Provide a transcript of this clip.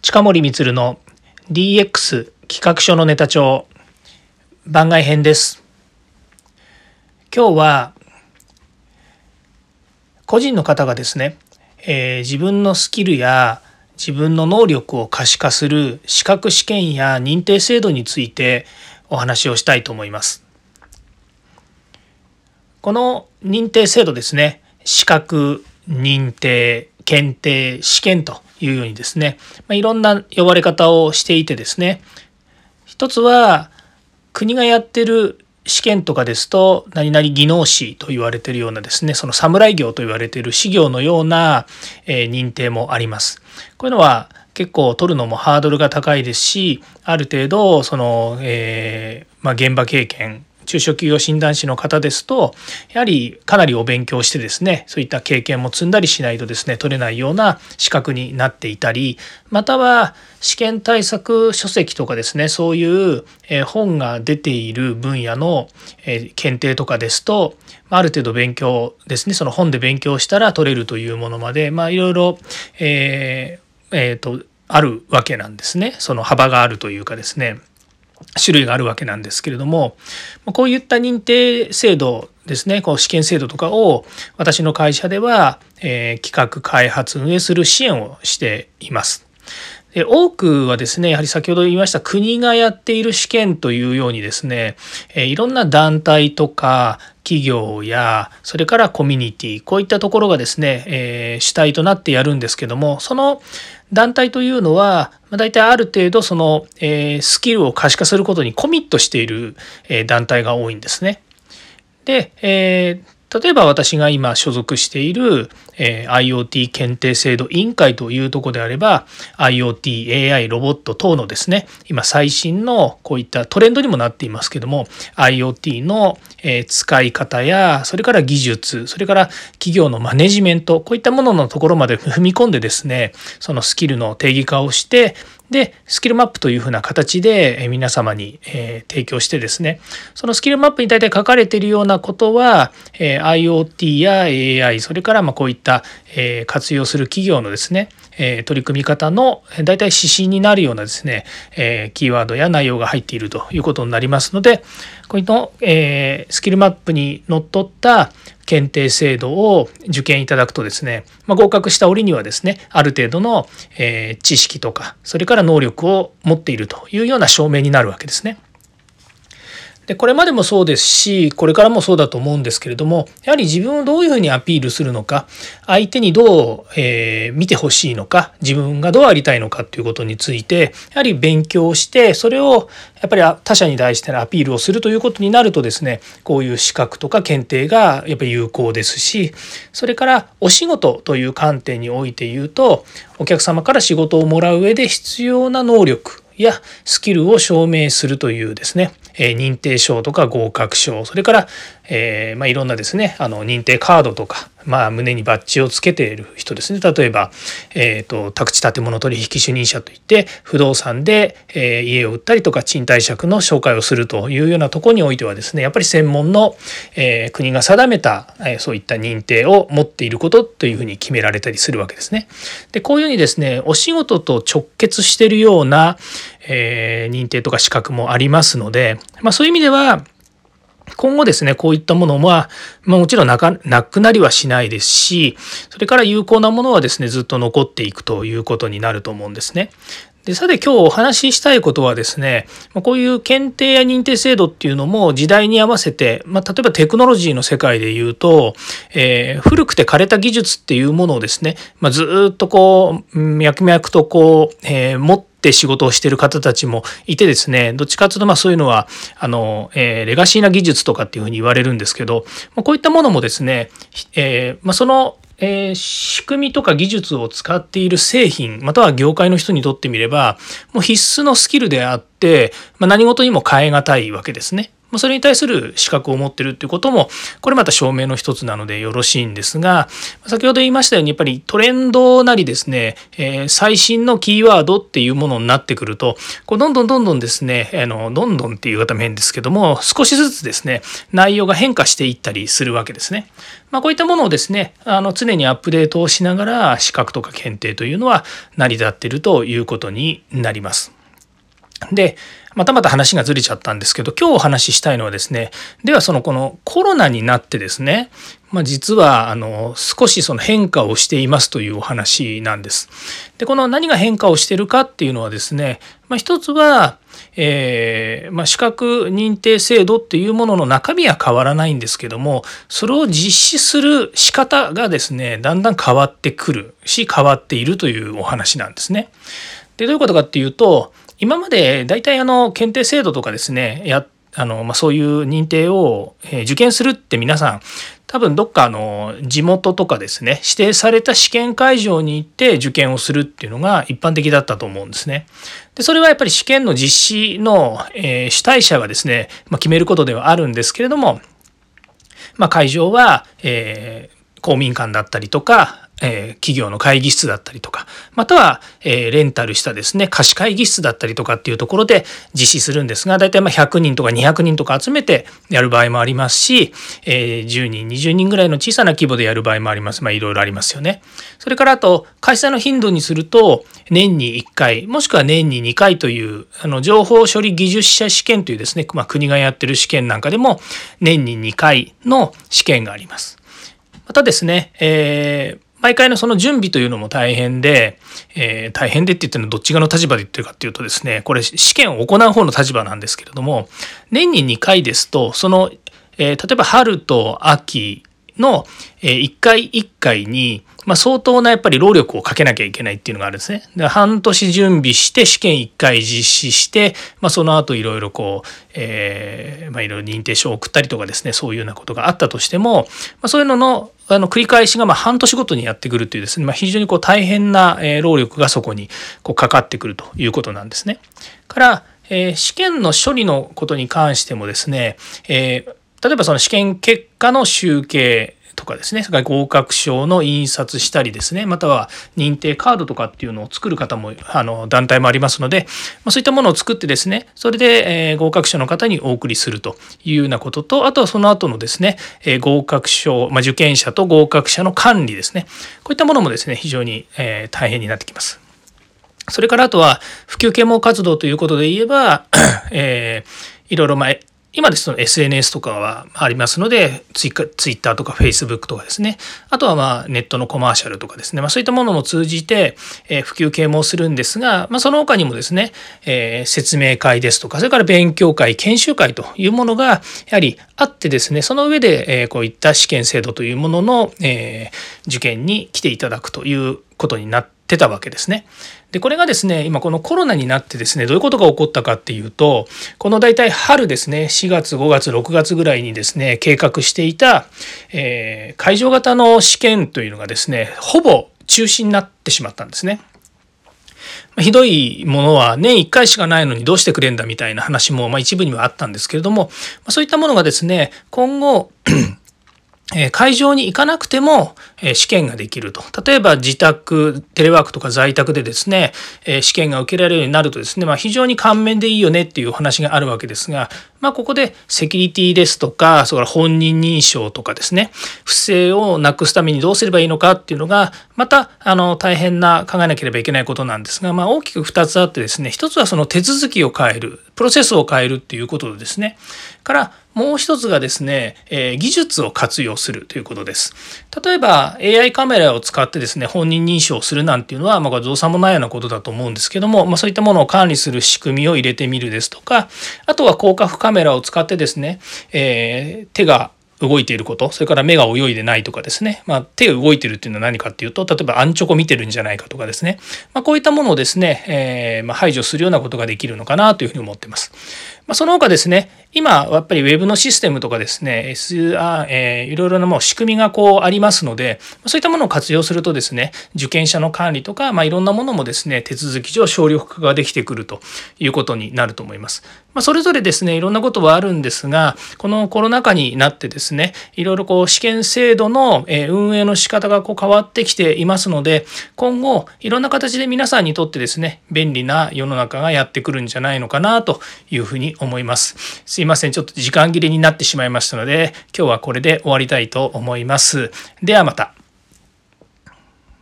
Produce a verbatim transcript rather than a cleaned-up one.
近森光の ディーエックス 企画書のネタ帳番外編です。今日は個人の方がですね、えー、自分のスキルや自分の能力を可視化する資格試験や認定制度についてお話をしたいと思います。この認定制度ですね、資格、認定、検定、試験というようにですね、まあ、いろんな呼ばれ方をしていてですね、一つは国がやってる試験とかですと何々技能士と言われているようなですね、その侍業と言われている士業のような、えー、認定もあります。こういうのは結構取るのもハードルが高いですし、ある程度その、えーまあ、現場経験、中小企業診断士の方ですとやはりかなりお勉強してですね、そういった経験も積んだりしないとですね取れないような資格になっていたり、または試験対策書籍とかですね、そういう本が出ている分野の検定とかですとある程度勉強ですね、その本で勉強したら取れるというものまで、まあいろいろえーえーとあるわけなんですね。その幅があるというかですね、種類があるわけなんですけれども、こういった認定制度ですね、こう試験制度とかを私の会社では、えー、企画開発運営する支援をしています。で、多くはですね、やはり先ほど言いました国がやっている試験というようにですね、えー、いろんな団体とか企業やそれからコミュニティ、こういったところがですね、えー、主体となってやるんですけども、その団体というのは大体ある程度その、えー、スキルを可視化することにコミットしている、えー、団体が多いんですね。で、えー例えば私が今所属している アイオーティー 検定制度委員会というところであれば アイオーティー、エーアイ、ロボット等のですね、今最新のこういったトレンドにもなっていますけども アイオーティー の使い方やそれから技術、それから企業のマネジメント、こういったもののところまで踏み込んでですね、そのスキルの定義化をしてでスキルマップというふうな形で皆様に提供してですね、そのスキルマップに大体書かれているようなことは アイオーティー や エーアイ、 それからまあこういった活用する企業のですね取り組み方の大体指針になるようなですねキーワードや内容が入っているということになりますので、こういったスキルマップにのっとった検定制度を受験いただくとですね、まあ、合格した折にはですねある程度の、えー、知識とかそれから能力を持っているというような証明になるわけですね。でこれまでもそうですしこれからもそうだと思うんですけれども、やはり自分をどういうふうにアピールするのか、相手にどう、えー、見てほしいのか、自分がどうありたいのかということについてやはり勉強してそれをやっぱり他者に対してのアピールをするということになるとですね、こういう資格とか検定がやっぱり有効ですし、それからお仕事という観点において言うとお客様から仕事をもらう上で必要な能力やスキルを証明するというですね、えー、認定証とか合格証、それから、えーまあ、いろんなですねあの認定カードとか、まあ、胸にバッジをつけている人ですね。例えば、えーと、宅地建物取引主任者といって不動産で、えー、家を売ったりとか賃貸借の紹介をするというようなところにおいてはですね、やっぱり専門の、えー、国が定めた、えー、そういった認定を持っていることというふうに決められたりするわけですね。でこういうふうにですねお仕事と直結しているような、えー、認定とか資格もありますので、まあ、そういう意味では今後ですねこういったものは、まあ、もちろんなかなくなりはしないですし、それから有効なものはですねずっと残っていくということになると思うんですね。でさて今日お話ししたいことはですね、こういう検定や認定制度っていうのも時代に合わせて、まあ、例えばテクノロジーの世界で言うと、えー、古くて枯れた技術っていうものをですね、まあ、ずっとこう脈々とこう、えー、持ってで仕事をしている方たちもいてですね、どっちかというとまあそういうのはあの、えー、レガシーな技術とかっていうふうに言われるんですけど、こういったものもですね、えーまあ、そのえー、仕組みとか技術を使っている製品または業界の人にとってみればもう必須のスキルであって、まあ、何事にも変え難いわけですね。 まあ、それに対する資格を持っているということもこれまた証明の一つなのでよろしいんですが、先ほど言いましたようにやっぱりトレンドなりですね、えー、最新のキーワードっていうものになってくるとこうどんどんどんどんですねあのどんどんっていう方も変ですけども少しずつですね内容が変化していったりするわけですね。まあ、こういったものをですねあの常にアップデートをしながら資格とか検定というのは成り立っているということになります。でまたまた話がずれちゃったんですけど、今日お話ししたいのはですね、ではそのこのコロナになってですね、まあ、実はあの少しその変化をしていますというお話なんです。でこの何が変化をしているかっていうのはですね、まあ、一つは、えーまあ、資格認定制度っていうものの中身は変わらないんですけども、それを実施する仕方がですねだんだん変わってくるし変わっているというお話なんですね。でどういうことかっていうと、今まで大体あの検定制度とかですねやあの、まあ、そういう認定を受験するって皆さん多分どっかあの地元とかですね指定された試験会場に行って受験をするっていうのが一般的だったと思うんですね。でそれはやっぱり試験の実施の、えー、主体者がですね、まあ、決めることではあるんですけれども、まあ、会場は、えー、公民館だったりとかえー、企業の会議室だったりとか、または、えー、レンタルしたですね貸し会議室だったりとかっていうところで実施するんですが、だいたいまあひゃくにんとかにひゃくにんとか集めてやる場合もありますし、えー、じゅうにんにじゅうにんぐらいの小さな規模でやる場合もあります。まあいろいろありますよね。それからあと開催の頻度にすると年にいっかいもしくは年ににかいというあの情報処理技術者試験というですね、まあ、国がやってる試験なんかでも年ににかいの試験があります。またですね、えー毎回のその準備というのも大変で、えー、大変でって言ってるのはどっち側の立場で言ってるかっていうとですね、これ試験を行う方の立場なんですけれども、年ににかいですとその、えー、例えば春と秋のいっかいいっかいに、まあ、相当なやっぱり労力をかけなきゃいけないっていうのがあるんですね。で半年準備して試験いっかい実施して、まあ、その後いろいろこう、えーまあ、いろいろ認定書を送ったりとかですね、そういうようなことがあったとしても、まあ、そういうののあの繰り返しがまあ半年ごとにやってくるというですね、まあ、非常にこう大変な労力がそこにこうかかってくるということなんですね。から、えー、試験の処理のことに関してもですね、えー例えばその試験結果の集計とかですね、それから合格証の印刷したりですね、または認定カードとかっていうのを作る方もあの団体もありますので、まあ、そういったものを作ってですね、それで、えー、合格者の方にお送りするというようなことと、あとはその後のですね、えー、合格証、まあ、受験者と合格者の管理ですね、こういったものもですね非常に、えー、大変になってきます。それからあとは普及啓蒙活動ということで言えば、えー、いろいろ前今ですと エスエヌエス とかはありますので、ツイッターとか Facebook とかですね、あとはまあネットのコマーシャルとかですね、まあ、そういったものも通じて普及啓蒙するんですが、まあ、その他にもですね、えー、説明会ですとか、それから勉強会、研修会というものがやはりあってですね、その上でこういった試験制度というものの受験に来ていただくということになってたわけですね。でこれがですね今このコロナになってですねどういうことが起こったかっていうと、この大体春ですねしがつごがつろくがつぐらいにですね計画していた、えー、会場型の試験というのがですねほぼ中止になってしまったんですね。ひどいものは年いっかいしかないのにどうしてくれんだみたいな話もまあ一部にはあったんですけれども、そういったものがですね今後会場に行かなくても試験ができると。例えば自宅テレワークとか在宅でですね試験が受けられるようになるとですね、まあ、非常に簡便でいいよねっていうお話があるわけですが、まあ、ここでセキュリティですとか、それから本人認証とかですね、不正をなくすためにどうすればいいのかっていうのがまたあの大変な考えなければいけないことなんですが、まあ、大きくふたつあってですね、一つはその手続きを変える、プロセスを変えるっていうことですね。からもう一つがですね、えー、技術を活用するということです。例えば エーアイ カメラを使ってですね本人認証をするなんていうのは、まあ、これ造作もないようなことだと思うんですけども、まあ、そういったものを管理する仕組みを入れてみるですとか、あとは広角カメラを使ってですね、えー、手が動いていること、それから目が泳いでないとかですね、まあ、手が動いているっていうのは何かっていうと、例えばアンチョコ見てるんじゃないかとかですね、まあ、こういったものをですね、えーまあ、排除するようなことができるのかなというふうに思っています。まあ、その他ですね、 今やっぱりウェブのシステムとかですね、エスアール、えー、いろいろなもう仕組みがこうありますので、そういったものを活用するとですね、受験者の管理とか、まあ、いろんなものもですね、手続き上省力化ができてくるということになると思います。まあ、それぞれですね、いろんなことはあるんですが、このコロナ禍になってですね、いろいろこう試験制度の運営の仕方がこう変わってきていますので、今後いろんな形で皆さんにとってですね、便利な世の中がやってくるんじゃないのかなというふうに思います。すいません、ちょっと時間切れになってしまいましたので、今日はこれで終わりたいと思います。ではまた。